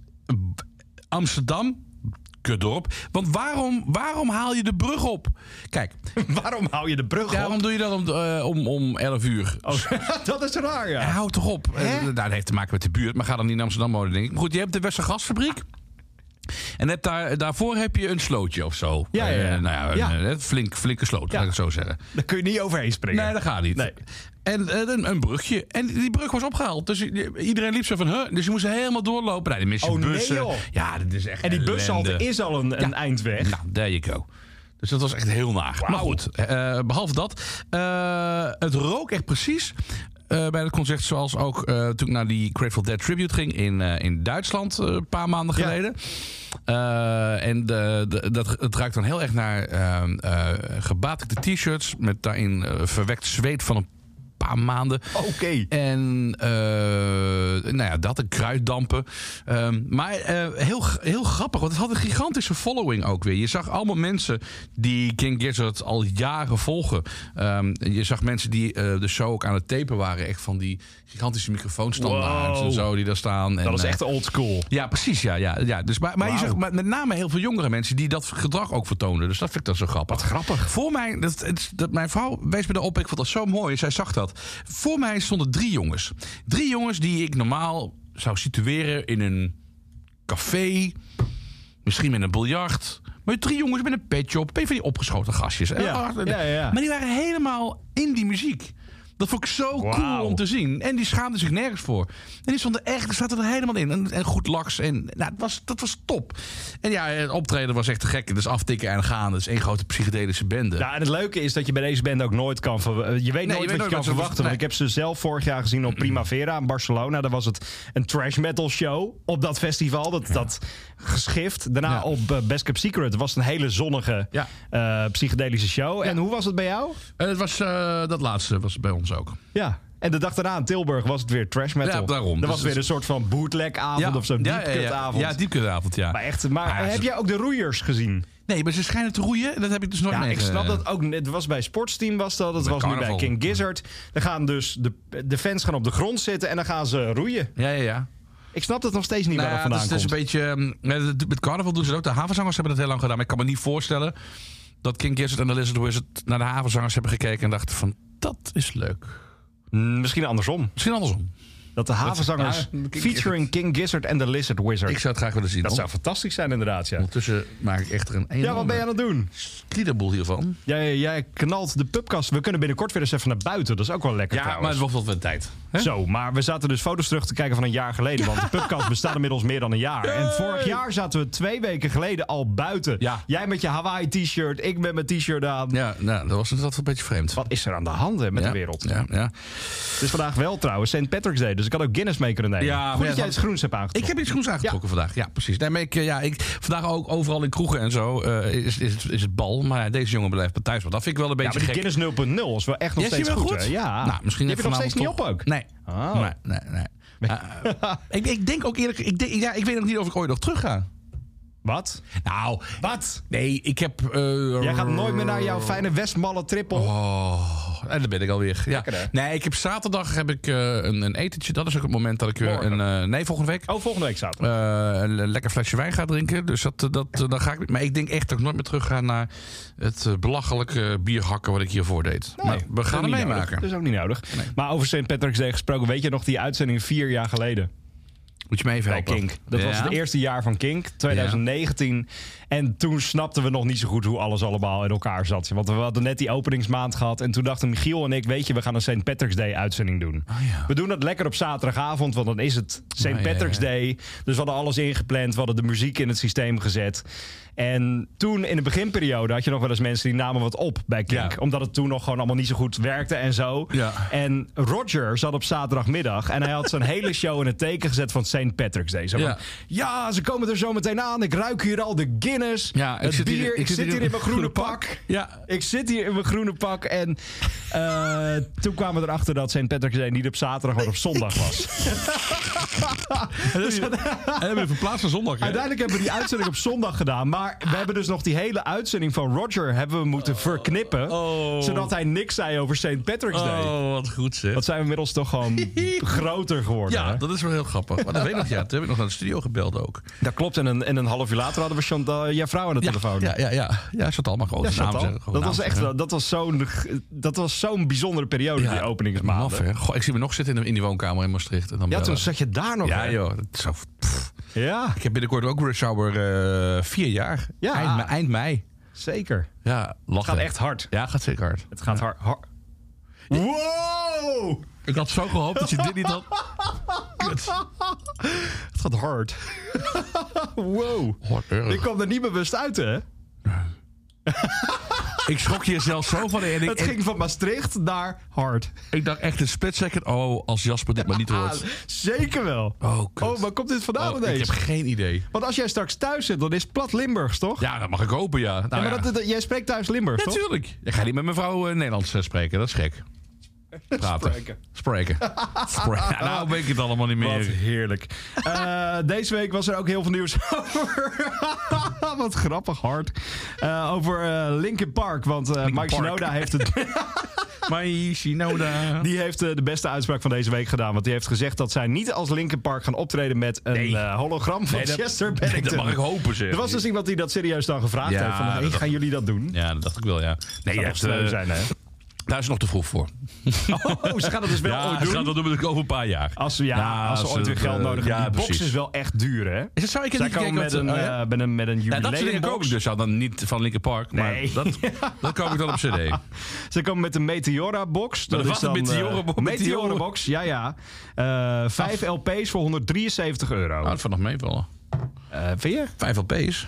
Amsterdam, kutdorp. Want waarom, waarom haal je de brug op? Kijk, Waarom hou je de brug waarom op? doe je dat om, uh, om, om elf uur? Oh, dat is raar, ja. Ja, houd toch op. Uh, nou, dat heeft te maken met de buurt, maar ga dan niet in Amsterdam wonen, denk ik. Maar goed, je hebt de Westergasfabriek. En heb daar, daarvoor heb je een slootje of zo. Ja, ja, ja. Uh, nou ja, ja. Een, een flink, flinke sloot, Ja. laat ik het zo zeggen. Daar kun je niet overheen springen. Nee, dat gaat niet. Nee. En uh, een, een brugje. En die brug was opgehaald. Dus iedereen liep zo van, huh? Dus je moest helemaal doorlopen. Nou, die mis je Oh, nee, bussen. joh. Ja, dat is echt En die ellende. bushalte is al een, een Ja. eind weg. Nou, there you go. Dus dat was echt heel naar. Wauw. Maar goed, uh, behalve dat. Uh, het rook echt precies. Uh, bij het concert, zoals ook uh, toen ik naar die Grateful Dead tribute ging in, uh, in Duitsland uh, een paar maanden Ja. geleden. Uh, en de, de, dat, het ruikt dan heel erg naar uh, uh, gebatikte t-shirts met daarin uh, verwekt zweet van een paar maanden. Oké. Okay. En uh, nou ja, dat, de kruiddampen. Um, maar uh, heel, heel grappig, want het had een gigantische following ook weer. Je zag allemaal mensen die King Gizzard al jaren volgen. Um, je zag mensen die uh, de show ook aan het tapen waren. Echt van die gigantische microfoonstandaards Wow. en zo die daar staan. Dat en, is uh, echt old school. Ja, precies. Ja, ja, ja. Dus, maar maar je Wauw. zag maar met name heel veel jongere mensen die dat gedrag ook vertoonden. Dus dat vind ik dan zo grappig. Wat grappig. Voor mij, dat, dat, dat, mijn vrouw wees me erop, ik vond dat zo mooi. Zij zag dat. Voor mij stonden drie jongens. Drie jongens die ik normaal zou situeren in een café. Misschien met een biljart. Maar drie jongens met een petje op. Een van die opgeschoten gastjes. Ja, ja, ja. Maar die waren helemaal in die muziek. Dat vond ik zo Wauw. cool om te zien. En die schaamden zich nergens voor. En die stonden echt, die zaten er helemaal in. En, en goed laks. En nou, het was, dat was top. En ja, het optreden was echt te gek. Dus aftikken en gaan. Het is één grote psychedelische bende. Ja, en het leuke is dat je bij deze band ook nooit kan... Ver- je weet Nee, nooit je weet wat je nooit kan wat ze- verwachten. nee. Want ik heb ze zelf vorig jaar gezien op Primavera in Barcelona. Daar was het een trash metal show op dat festival. Dat, dat geschift. Daarna Ja. op uh, Best Kept Secret was het een hele zonnige Ja. uh, psychedelische show. En hoe was het bij jou? En het was, uh, dat laatste was bij ons ook. Ja. En de dag daarna in Tilburg was het weer trash metal. Ja, daarom. Er Dus was het weer is- een soort van bootleg-avond of zo'n ja, ja, ja. diepkutavond. Ja, diepkutavond, ja. Maar echt, maar Ah, heb ze- jij ook de roeiers gezien? Nee, maar ze schijnen te roeien. Dat heb ik dus nooit Ja, mee. ik snap dat ook. Het was bij Sportsteam was dat. Het Bij was nu bij Carnaval. King Gizzard. Dan gaan dus de, de fans gaan op de grond zitten en dan gaan ze roeien. Ja, ja, ja. Ik snap het nog steeds niet Nou waar ja, dat dat vandaan is, dat is komt. een beetje... um, met- met carnaval doen ze het ook. De havenzangers hebben dat heel lang gedaan. Maar ik kan me niet voorstellen dat King Gizzard en de Lizard Wizard naar de havenzangers hebben gekeken en dachten van, dat is leuk. Mm, Misschien andersom. Misschien andersom. Dat de havenzangers Ja, King featuring King Gizzard en de Lizard Wizard. Ik zou het graag willen zien. Dat hoor. zou fantastisch zijn inderdaad, ja. Ondertussen maak ik echt er een Ja, wat ben je aan het doen? kliederboel hiervan. Jij, jij knalt de pubkast. We kunnen binnenkort weer eens even naar buiten. Dat is ook wel lekker Ja, maar trouwens. het wordt wel wat tijd. Hè? Zo, maar we zaten dus foto's terug te kijken van een jaar geleden. Want de pubcast bestaat inmiddels meer dan een jaar. En vorig jaar zaten we twee weken geleden al buiten. Ja. Jij met je Hawaii t-shirt, ik met mijn t-shirt aan. Ja, nou, dat was inderdaad wel een beetje vreemd. Wat is er aan de hand hè, met ja, de wereld? Ja, ja. Het is vandaag wel trouwens Saint Patrick's Day. Dus ik had ook Guinness mee kunnen nemen. Ja, maar Goed ja, dat jij want- iets groens hebt aangetrokken. Ik heb iets groens aangetrokken vandaag. Ja, precies. Nee, maar ik, eh, ja, ik, vandaag ook overal in kroegen en zo uh, is, is, is het bal. Maar ja, deze jongen blijft bij thuis. Want dat vind ik wel een Ja, beetje maar die gek. Guinness nul punt nul is wel echt nog Ja, is die steeds wel goed. goed? Hè? Ja. Nou, misschien Die heb je nog steeds niet vanavond op ook? Nee. Oh. Nee, nee, nee. Uh, ik, ik denk ook eerlijk... Ik, denk, ja, ik weet nog niet of ik ooit nog terug ga. Wat? Nou, Wat? nee, ik heb... Uh, Jij gaat nooit meer naar jouw fijne Westmalle triple. Oh, en daar ben ik alweer. Ja. Lekker, hè? Nee, ik heb zaterdag heb ik, uh, een, een etentje. Dat is ook het moment dat ik weer Morgen. een... Uh, nee, volgende week. Oh, volgende week zaterdag. Uh, een lekker flesje wijn ga drinken. Dus dat, dat, dan ga ik. Maar ik denk echt dat ik nooit meer terug ga naar het uh, belachelijke bierhakken wat ik hiervoor deed. Nee, maar we dat is gaan ook er niet meemaken. nodig. Dat is ook niet nodig. Nee. Maar over Saint Patrick's Day gesproken, weet je nog die uitzending vier jaar geleden? Moet je me even Bij helpen? Kink. Dat Ja. was het eerste jaar van Kink, twintig negentien. En toen snapten we nog niet zo goed hoe alles allemaal in elkaar zat. Want we hadden net die openingsmaand gehad. En toen dachten Michiel en ik, weet je, we gaan een Saint Patrick's Day uitzending doen. Oh, ja. We doen het lekker op zaterdagavond, want dan is het Saint Oh, ja, Patrick's ja. Day. Dus we hadden alles ingepland, we hadden de muziek in het systeem gezet. En toen in de beginperiode had je nog wel eens mensen die namen wat op bij Kink. Ja. Omdat het toen nog gewoon allemaal niet zo goed werkte en zo. Ja. En Roger zat op zaterdagmiddag en hij had zijn hele show in het teken gezet van Saint Patrick's Day. Zo van, Ja. ja, ze komen er zo meteen aan. Ik ruik hier al de Guinness. Ja, ik het zit hier- bier. Ik, zit hier in mijn groene pak. Ja. Ik zit hier in mijn groene pak. En uh, toen kwamen we erachter dat Saint Patrick's Day niet op zaterdag, maar op zondag was. En dan hebben we verplaatst naar zondag. Hè? Uiteindelijk hebben we die uitzending op zondag gedaan. Maar we hebben dus nog die hele uitzending van Roger hebben we moeten verknippen. Oh. Zodat hij niks zei over Saint Patrick's Day. Oh, wat goed zeg. Dat zijn we inmiddels toch gewoon groter geworden. Ja, hè? dat is wel heel grappig. Maar dat weet ik nog, ja. Toen heb ik nog naar de studio gebeld ook. Dat klopt. En een, en een half uur later hadden we Chantal, jouw vrouw aan de Ja, telefoon. ja, ja, ja. Ja, zat allemaal gewoon Ja, zijn naam Chantal. zeggen. Gewoon Dat was naam echt zeggen. wel- dat was zo'n dat was zo'n bijzondere periode, die maf, openingsmaanden. hè. Goh, ik zie me nog zitten in, de, in die woonkamer in Maastricht. En dan Ja, bellen. toen zat je daar nog. Ja, hè? joh. Dat is zo, pff. Ja. Ik heb binnenkort ook Rush Hour uh, vier jaar. Ja. Eind, me- eind mei. Zeker. Ja, lachen. Het gaat echt hard. Ja, het gaat zeker hard. Het gaat hard. hard. Wow! Ik had zo gehoopt dat je dit niet had. Kut. Het gaat hard. Wow. Wat erg. Ik kwam er niet bewust uit, hè? Ik schrok hier zelfs zo van. En ik, Het ging van Maastricht naar hard. ik dacht echt een split second. Oh, als Jasper dit maar niet hoort. Ah, zeker wel. Oh, kut. Oh, waar komt dit vandaan Oh, ineens? ik heb geen idee. Want als jij straks thuis zit, dan is het plat Limburgs, toch? Ja, dat mag ik hopen, ja. Nou, Ja, maar ja. dat, dat- jij spreekt thuis Limburgs, toch? Natuurlijk. Ik ga niet met mijn vrouw uh, Nederlands uh, spreken. Dat is gek. Praten. Spreken. Spreken. Spreken. Ja, nou weet ik het allemaal niet Wat meer. heerlijk. Uh, deze week was er ook heel veel nieuws over... Wat grappig, hard. Uh, over uh, Linkin Park. Want uh, Mike Park. Shinoda heeft het... My Shinoda. Die heeft uh, de beste uitspraak van deze week gedaan. Want die heeft gezegd dat zij niet als Linkin Park gaan optreden met een Nee. uh, hologram van Nee, dat- Chester nee, Bennington. dat mag ik hopen, zeg. Er was dus iemand die dat serieus dan gevraagd Ja, heeft. Van, hey, dat- gaan jullie dat doen? Ja, dat dacht ik wel, ja. Nee, Zou je echt hebt, sneu uh, zijn, hè? daar is het nog te vroeg voor. Oh, ze gaan het dus wel Ja, ooit ze doen. gaan dat doen met over een paar jaar. Als ze, ja, Ja, als ze als ooit weer het, geld uh, nodig hebben. ja, Die box precies. is wel echt duur, hè? Is het zo? Ik heb Zij niet komen gekeken met wat, een, oh, ja? uh, met een, met een Ja, dat soort dingen koop jubileumbox. ik dus al. Dan niet van Linkin Park. Maar Nee. dat, dat koop ik dan op cd. Ze komen met een Meteora-box. Maar Dat dat is was dan... een eh, Meteora-box. Meteora-box, ja, ja. Uh, vijf L P's voor honderddrieënzeventig euro. Nou, dat valt nog meevallen. Uh, vind je? Vijf L P's.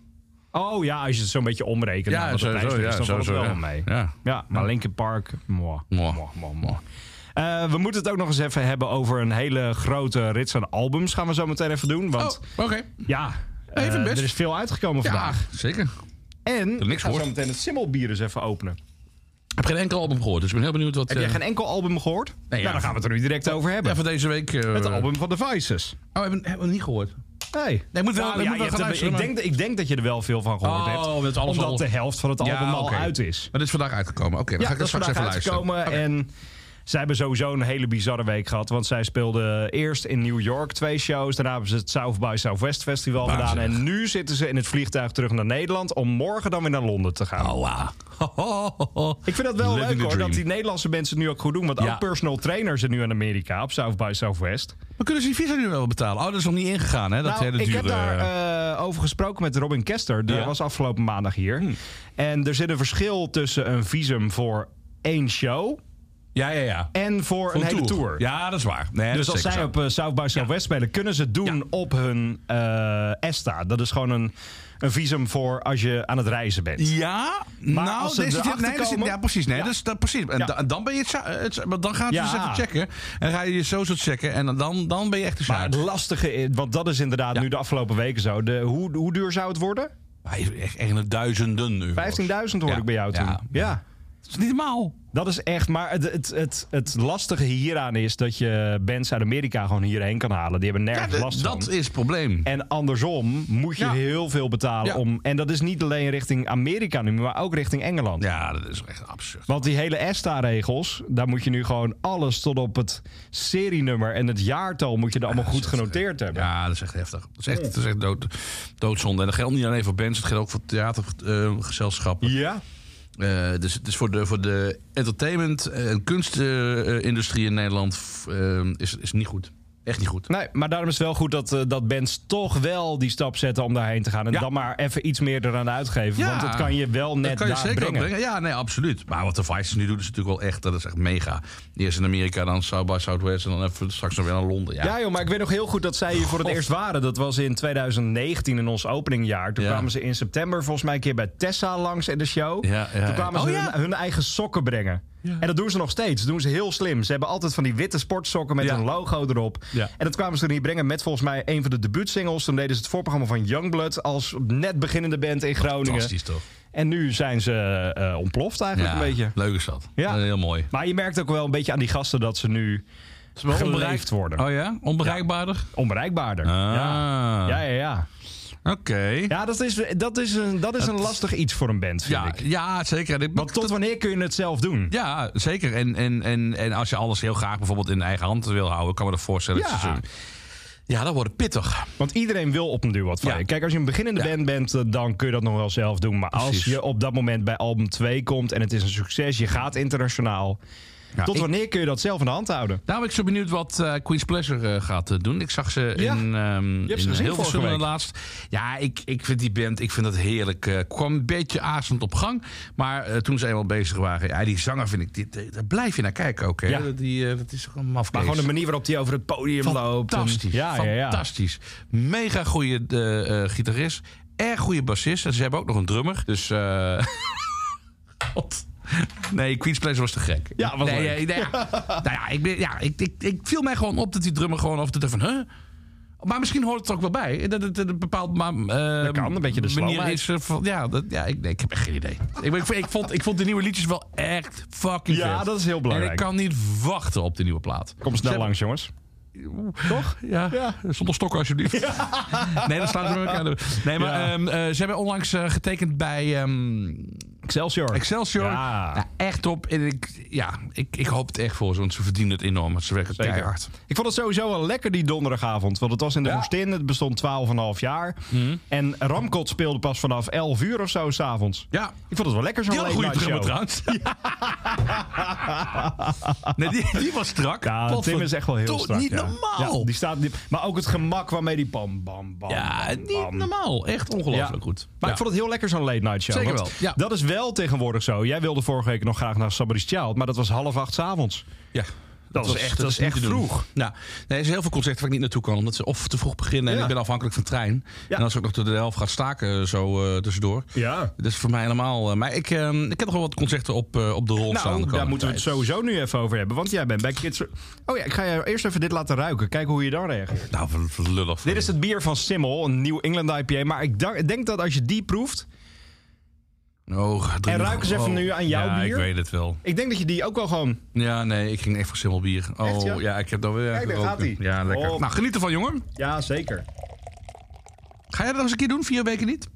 Oh ja, als je het zo'n beetje omrekent. Ja, naar wat de sowieso, prijs is, ja, dan valt het sowieso, wel ja. mee. Ja. Ja, maar Linkin Park, moi. Mwah. Moi, moi, moi. Uh, we moeten het ook nog eens even hebben over een hele grote rits aan albums. Gaan we zo meteen even doen. Want Oh, oké. ja, uh, Even best. er is veel uitgekomen Ja, vandaag. zeker. En niks we gaan gehoord. zo meteen het Simmelbier eens even openen. Ik heb geen enkel album gehoord, dus ik ben heel benieuwd wat... Heb jij eh, geen enkel album gehoord? Nee, nou, ja. dan gaan we het er nu direct over hebben. Ja, van deze week... eh, Het album van The Vices. Oh, hebben, hebben we niet gehoord? Nee. Nee, moet wel- Nou, ik ja, moet wel je gaan hebt er- luisteren, ik, maar- denk, dat- ik denk dat je er wel veel van gehoord Oh, hebt. omdat alles Omdat al- de helft van het album Ja, al oké. uit is. Maar dit is vandaag uitgekomen. Oké, dan Ja, ga ik dat er is straks vandaag even luisteren. uitgekomen. Oké. En zij hebben sowieso een hele bizarre week gehad. Want zij speelden eerst in New York twee shows. Daarna hebben ze het South by Southwest Festival gedaan. Waanzinnig. En nu zitten ze in het vliegtuig terug naar Nederland. Om morgen dan weer naar Londen te gaan. Allah. Ik vind dat wel Living leuk the hoor. dream. Dat die Nederlandse mensen nu ook goed doen. Want Ja. ook personal trainers zijn nu in Amerika. Op South by Southwest. Maar kunnen ze die visa nu wel betalen? Oh, dat is nog niet ingegaan, hè? Dat Nou, hele ik dure... heb daar uh, over gesproken met Robin Kester. Die Ja. was afgelopen maandag hier. Hmm. En er zit een verschil tussen een visum voor één show... Ja, ja, ja. en voor, Voor een hele tour. Ja, dat is waar. Nee, Dus dat als is zij zeker op uh, South by Southwest spelen, kunnen ze het doen Ja. op hun uh, ESTA. Dat is gewoon een, een visum voor als je aan het reizen bent. zo. Ja, Maar nou, als ze deze- erachter nee, dat is- komen- ja, precies. Nee, Ja. dat is, dat, precies. En, Ja. da- en dan ben je het, za- het want dan gaan ze Ja. dus even checken. En dan ga je je social checken. En dan, dan ben je echt de Maar zaak. het lastige is, want dat is inderdaad Ja. nu de afgelopen weken zo. De, hoe, hoe duur zou het worden? Echt, echt duizenden euro's. vijftienduizend hoorde Ja. ik bij jou toen. Ja. Ja. Dat is niet normaal. Dat is echt, maar het, het, het, het lastige hieraan is dat je bands uit Amerika gewoon hierheen kan halen. Die hebben Ja, nergens de- last van. dat is het probleem. En andersom moet je Ja. heel veel betalen Ja. om. En dat is niet alleen richting Amerika nu, maar ook richting Engeland. Ja, dat is echt absurd. Want die hele ESTA-regels, daar moet je nu gewoon alles tot op het serienummer en het jaartal moet je er allemaal goed genoteerd hebben. Ja, dat is echt heftig. Dat is echt, dat is echt dood, doodzonde. En dat geldt niet alleen voor bands, het geldt ook voor theatergezelschappen. Ja. Uh, dus het is voor de, voor de entertainment- en kunstindustrie in Nederland uh, is, is niet goed. Echt niet goed. Nee, maar daarom is het wel goed dat, uh, dat bands toch wel die stap zetten om daarheen te gaan. En Ja. dan maar even iets meer eraan uitgeven. Ja. Want dat kan je wel net Dat kan je daar zeker ook brengen. brengen. Ja, nee, absoluut. Maar wat de Vices nu doen is natuurlijk wel echt, dat is echt mega. Eerst in Amerika, dan South by Southwest en dan even straks nog weer naar Londen. Ja, Ja, joh, maar ik weet nog heel goed dat zij hier voor het God. eerst waren. Dat was in twintig negentien in ons openingjaar. Toen Ja. kwamen ze in september volgens mij een keer bij Tessa langs in de show. Ja, ja, Toen kwamen ja. ze Oh, ja. hun, hun eigen sokken brengen. Ja. En dat doen ze nog steeds. Dat doen ze heel slim. Ze hebben altijd van die witte sportsokken met Ja. een logo erop. Ja. En dat kwamen ze er niet brengen met volgens mij een van de debuutsingles. Toen deden ze het voorprogramma van Youngblood als net beginnende band in Groningen. fantastisch toch? En nu zijn ze uh, ontploft eigenlijk Ja, een beetje. leuk is dat. Ja. Ja. Heel mooi. Maar je merkt ook wel een beetje aan die gasten dat ze nu wel geleefd onbereikt worden. Oh ja? Onbereikbaarder? Onbereikbaarder. Ah. Ja. ja, ja, ja. Oké. Ja, dat is, dat is, een, dat is een lastig iets voor een band, vind Ja, ik. ja, zeker. Dit- Want tot wanneer kun je het zelf doen? Ja, zeker. En, en, en, en als je alles heel graag bijvoorbeeld in eigen hand wil houden, kan me dat voorstellen. Ja. Dat je zo- ja, dat wordt het pittig. Want iedereen wil op een duur wat van Ja. je. Kijk, als je een beginnende Ja. band bent, eh, dan kun je dat nog wel zelf doen. Maar als Precies. je op dat moment bij album twee komt en het is een succes, je gaat internationaal, Ja, Tot ik- wanneer kun je dat zelf in de hand houden? Nou, ik ben zo benieuwd wat uh, Queen's Pleasure uh, gaat uh, doen. Ik zag ze Ja. in, um, Je hebt ze in gezien heel veel vorige week. laatst. Ja, ik, ik vind die band, ik vind dat heerlijk. Uh, kwam een beetje azend op gang. Maar uh, toen ze eenmaal bezig waren, ja, die zanger vind ik, die, die, daar blijf je naar kijken ook. Hè? Ja. Die, uh, dat is toch een mafkees. Maar gewoon de manier waarop hij over het podium loopt. en- Fantastisch, Ja, ja, ja. fantastisch. Mega goede uh, uh, gitarist. Erg goede bassist. En ze hebben ook nog een drummer. Dus... Uh... God. Nee, Queen's Pleasure was te gek. Ja, was nee, leuk. nee, nee, ja. Nou ja, ik, ben, ja ik, ik, ik viel mij gewoon op dat die drummer gewoon af en toe dacht van... Huh? Maar misschien hoort het er ook wel bij. Dat het een bepaald ma- uh, Dat kan, een beetje de manier snelheid. is. Uh, van, ja, dat, ja ik, nee, ik heb echt geen idee. Ik, ik, ik, vond, ik vond de nieuwe liedjes wel echt fucking Ja, vet. dat is heel belangrijk. En ik kan niet wachten op de nieuwe plaat. Kom snel Ze hebben- langs, jongens. Toch? Ja. Ja. Zonder stokken alsjeblieft. Nee, dan staan ze met elkaar. Nee, maar Ja. um, uh, ze hebben onlangs uh, getekend bij um, Excelsior. Excelsior. Ja. Ja, echt top. En ik, ja, ik, ik hoop het echt voor ze, want ze verdienen het enorm. Want ze werken Zeker. keihard. Ik vond het sowieso wel lekker die donderdagavond. Want het was in de Ja. Woestin. Het bestond twaalf en een half jaar. Mhm. En Ramkot speelde pas vanaf elf uur of zo s'avonds. Ja. Ik vond het wel lekker zo'n Die had een late goede night drummer show. trouwens. Nee, die, die was strak. Ja, Wat Tim voor- is echt wel heel Toch strak. Niet ja. normaal. Ja, die staat, die, maar ook het gemak waarmee die bam, bam, bam, Ja, bam, niet bam. normaal. Echt ongelooflijk Ja. goed. Maar Ja. ik vond het heel lekker zo'n late night show. Zeker want wel, ja. Dat is wel tegenwoordig zo. Jij wilde vorige week nog graag naar Somebody's Child. Maar dat was half acht 's avonds. Ja. Dat is echt- dat is niet echt te doen. vroeg. Ja. Nee, er zijn heel veel concerten waar ik niet naartoe kan. Omdat ze of te vroeg beginnen en Ja. ik ben afhankelijk van de trein. Ja. En als ik ook nog tot de helft gaat staken zo uh, tussendoor. Ja. Dat is voor mij helemaal... Uh, maar ik, uh, ik heb nog wel wat concerten op, uh, op de rol staan. de Nou, daar komende moeten we het tijd. sowieso nu even over hebben. Want jij bent bij Kids... Oh ja, ik ga je eerst even dit laten ruiken. Kijken hoe je dan reageert. Nou, wat- wat lullig. Dit is het bier van Simmel, een New England I P A. Maar ik da- denk dat als je die proeft... Oh, En ruik eens even nu aan jouw ja, bier. ik weet het wel. Ik denk dat je die ook wel gewoon... Ja, nee, ik ging echt voor simmelbier. Oh, Echt, ja? ja? ik heb dat weer Kijk, daar geroken. gaat hij. Ja, lekker. Oh. Nou, geniet ervan, jongen. Ja, zeker. Ga jij dat nog eens een keer doen? Vier weken niet?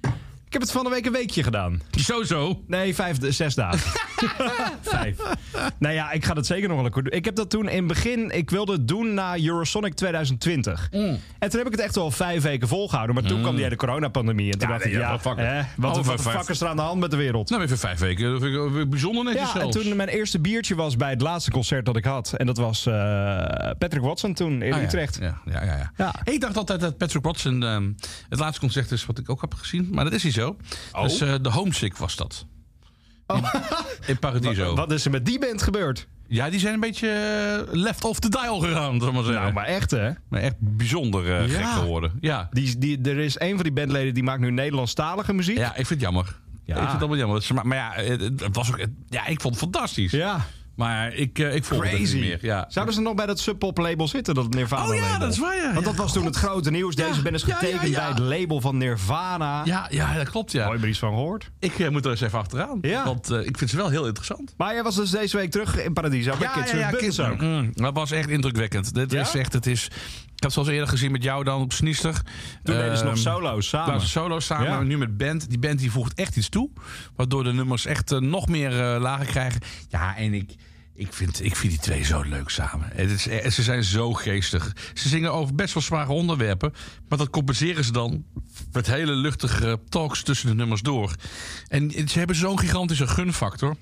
Ik heb het van de week een weekje gedaan. Zo, zo. Nee, vijf, zes dagen. Vijf. Nou ja, ik ga dat zeker nog wel een keer doen. Ik heb dat toen in het begin... Ik wilde het doen na Eurosonic twintig twintig. Mm. En toen heb ik het echt wel vijf weken volgehouden. Maar toen kwam die hele coronapandemie. En toen Ja, dacht nee, ik, ja, ja, wat fucker. hè, wat, Oh, wat de vijf- fuck is er aan de hand met de wereld? Nou, even vijf weken. Dat vind ik, vind ik bijzonder netjes Ja, en zelfs. toen mijn eerste biertje was bij het laatste concert dat ik had. En dat was uh, Patrick Watson toen in Ah, ja. Utrecht. Ja, ja, ja, ja. Ja. Hey, ik dacht altijd dat Patrick Watson um, het laatste concert is wat ik ook heb gezien. Maar dat is niet zo. Oh. Dus uh, de Homesick was dat. In, in Paradiso. Wat is er met die band gebeurd? Ja, die zijn een beetje uh, left off the dial gegaan, zullen we maar zeggen. Nou, maar echt hè? Maar echt bijzonder uh, Ja. gek geworden. Ja. Die, die, er is een van die bandleden die maakt nu Nederlandstalige muziek. Ja, ik vind het jammer. Ja. Ik vind het allemaal jammer. Maar, maar ja, het, het was ook, het- ja, ik vond het fantastisch. Ja. Maar ik, uh, ik volgde het Crazy. niet meer. Ja. Zouden ze nog bij dat Sub-Pop label zitten, dat Nirvana Oh ja, label? dat is waar, ja. Want dat Ja, was toen God. het grote nieuws. Deze Ja, band is ja, getekend ja, ja. bij het label van Nirvana. Ja, ja, dat klopt, ja. Nooit meer iets van gehoord. Ik uh, moet er eens even achteraan. Ja. Want uh, ik vind ze wel heel interessant. Maar jij was dus deze week terug in Paradiso bij Kids with Buttons Kids- ook. Mm, dat was echt indrukwekkend. Dit Ja? is echt, het is... Ik heb het zoals eerder gezien met jou dan op Sniester. Toen deden ze nog Ehm, solo's samen. waren ze solo samen, Ja. maar nu met band. Die band die voegt echt iets toe. Waardoor de nummers echt uh, nog meer uh, lagen krijgen. Ja, en ik... Ik vind, ik vind die twee zo leuk samen. Het is, eh, ze zijn zo geestig. Ze zingen over best wel zware onderwerpen. Maar dat compenseren ze dan met hele luchtige talks tussen de nummers door. En ze hebben zo'n gigantische gunfactor.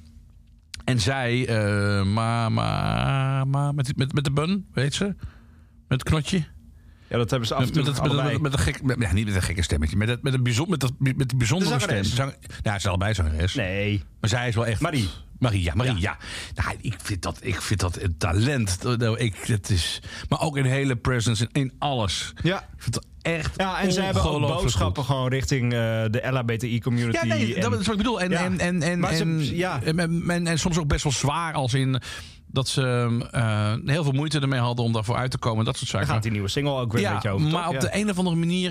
En zij, uh, ma, ma, ma, met, met, met de bun, weet ze? Met het knotje. Ja, dat hebben ze af en Met, toe met, het- met, allebei. met, met een gek, met, ja, niet met een gekke stemmetje. Met, het, met, een bijzonder, met, dat, met die bijzondere De stem. zangeres. Zang, ja, ze zijn allebei zangeres. Nee. Maar zij is wel echt... Marie. Marie, ja, Marie, Ja. ja. Nou, ik, vind dat, ik vind dat een talent. Nou, Ik, het is, maar ook een hele presence in, in alles. Ja. Ik vind dat echt Ja, en ze hebben ook ongelooflijk boodschappen goed. gewoon richting uh, de L H B T I-community. Ja, nee, dat is wat ik bedoel. En, Ja. en, en, en, Maar ze- en, ja. en, en, en, en soms ook best wel zwaar als in... dat ze uh, heel veel moeite ermee hadden om daarvoor uit te komen. Dat soort Daar zaken. gaat die nieuwe single ook weer een Ja, beetje over. maar toch? op Ja. de een of andere manier...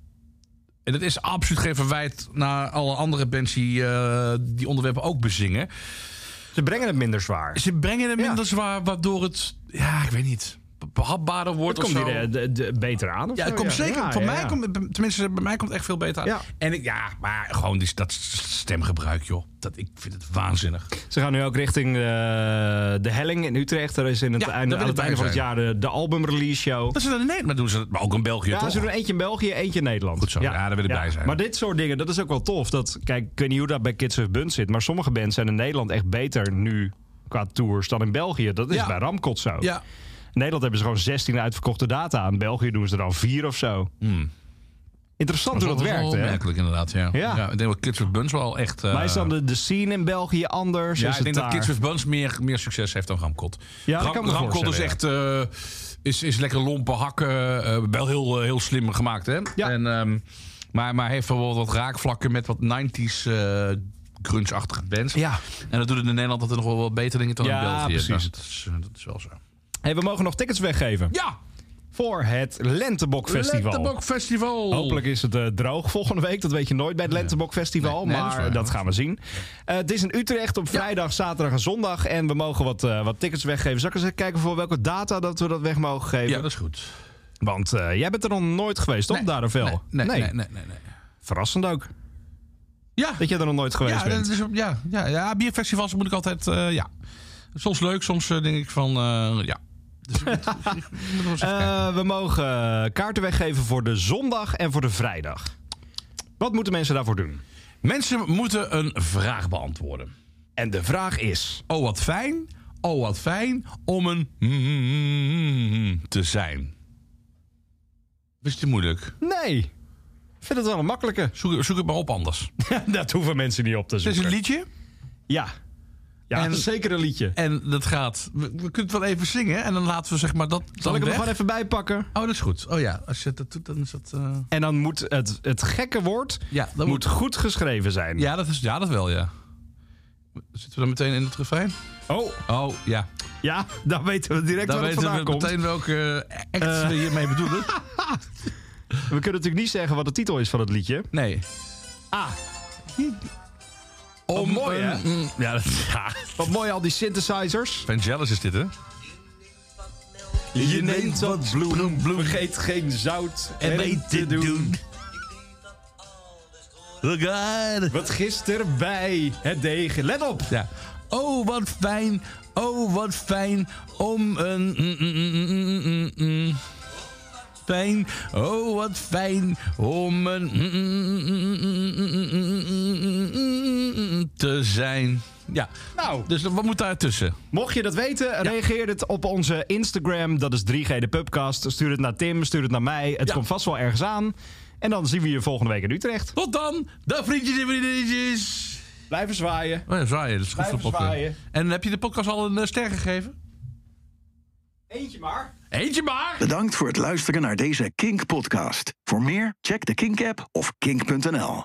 En dat is absoluut geen verwijt naar alle andere bands die uh, die onderwerpen ook bezingen. Ze brengen het minder zwaar. Ze brengen het minder Ja. zwaar, waardoor het... Ja, ik weet niet. Behapbaarder wordt Het of komt zo. weer de, de, de beter aan. Of Ja, zo? het komt zeker. Ja, Voor ja, mij ja. komt, tenminste, bij mij komt het echt veel beter aan. Ja. En ik, ja, maar gewoon die, dat stemgebruik, joh. Dat, ik vind het waanzinnig. Ze gaan nu ook richting uh, de Helling in Utrecht. Er is in het Ja, einde, daar aan wil het ik einde van bij het jaar de, de album-release show. Dat ze dat in Nederland doen, ze maar ook in België, Ja, toch? ze doen eentje in België, eentje in Nederland. Goed zo, ja, daar wil ik bij zijn. Maar dit soort dingen, dat is ook wel tof. Dat, kijk, ik weet niet hoe dat bij Kids with Buns zit. Maar sommige bands zijn in Nederland echt beter nu qua tours dan in België. Dat is Ja. bij Ramkot zo. Ja. In Nederland hebben ze gewoon zestien uitverkochte data. In België doen ze er dan vier of zo. Hmm. Interessant hoe dat is wel werkt, hè? opmerkelijk inderdaad, ja. Ja. ja. Ik denk dat Kids with Buns wel echt... Uh, Maar is dan de, de scene in België anders? ja, is ik denk het dat daar... Kids with Buns meer, meer succes heeft dan Ramkot. Ja, dat Ram, kan me Ramkot is voorstellen, echt... Uh, is, is lekker lompe hakken. Uh, wel heel, uh, heel slim gemaakt, hè? Ja. En, um, maar, maar heeft wel wat raakvlakken met wat nineties uh, grunge-achtige bands. Ja. En dat doet het in Nederland altijd nog wel wat beter, denk ik, dan Ja, in België. precies. Nou, dat, is, dat is wel zo. Hey, we mogen nog tickets weggeven. Ja! Voor het Lentebok-festival. Lentebok Festival. Hopelijk is het uh, droog volgende week. Dat weet je nooit bij het Lentebok Festival. Nee, nee, maar dat is waar, dat dat gaan we zien. Uh, het is in Utrecht op vrijdag, zaterdag en zondag. En we mogen wat, uh, wat tickets weggeven. Zal ik eens even kijken voor welke data dat we dat weg mogen geven? Ja, dat is goed. Want uh, jij bent er nog nooit geweest, toch? Nee, Daar of wel? Nee, nee, nee, nee, nee, nee. Verrassend ook. Ja. Dat je er nog nooit geweest Ja, bent. dat is, ja, ja, ja, bierfestivals moet ik altijd... Uh, ja. Soms leuk, soms uh, denk ik van... Uh, ja. Dus ik moet, ik moet wel eens even kijken. Uh, we mogen uh, kaarten weggeven voor de zondag en voor de vrijdag. Wat moeten mensen daarvoor doen? Mensen moeten een vraag beantwoorden. En de vraag is... Oh, wat fijn. Oh, wat fijn om een mm te zijn. Is het te moeilijk? Nee. Ik vind het wel een makkelijke. Zoek, zoek het maar op anders. Dat hoeven mensen niet op te Het is zoeken. een liedje. Ja. Ja, En- dat is zeker een liedje. En dat gaat... We, we kunnen het wel even zingen. En dan laten we zeg maar dat Zal dan ik hem er weg. gewoon even bijpakken? Oh, dat is goed. Oh ja, als je dat doet, dan is dat... Uh... En dan moet het, het gekke woord Ja, moet dat moet... goed geschreven zijn. Ja, dat is, ja, dat wel, ja. Zitten we dan meteen in het refrein? Oh, Oh, ja. ja, dan weten we direct Dan waar het weten vandaan we komt. meteen welke act Eh. we hiermee bedoelen. We kunnen natuurlijk niet zeggen wat de titel is van het liedje. Nee. Ah, Om mooi, hè? een- mm, Ja, dat, ja. wat mooi al die synthesizers. Vangelis is dit, hè? Je neemt wat bloem, vergeet geen zout en mee te doen. Oh God. Wat gisteren bij het deeg. Let op. Ja. Oh, wat fijn. Oh, wat fijn om een... mm, mm, mm, mm, mm, mm. Fijn. Oh, wat fijn om een... mm, mm, mm, mm, mm, mm, te zijn. Ja. Nou, Dus wat moet daar tussen? mocht je dat weten, reageer het op onze Instagram. Dat is drie G de Pubcast. Stuur het naar Tim, stuur het naar mij. Het Ja. komt vast wel ergens aan. En dan zien we je volgende week in Utrecht. Tot dan. Dag vriendjes en vriendinnetjes. Blijven zwaaien. Oh ja, zwaaien. Dat is goed voor Blijven de podcast. zwaaien. En heb je de podcast al een uh, ster gegeven? Eentje maar. Eentje maar. Bedankt voor het luisteren naar deze Kink-podcast. Voor meer, check de Kink-app of kink punt n l.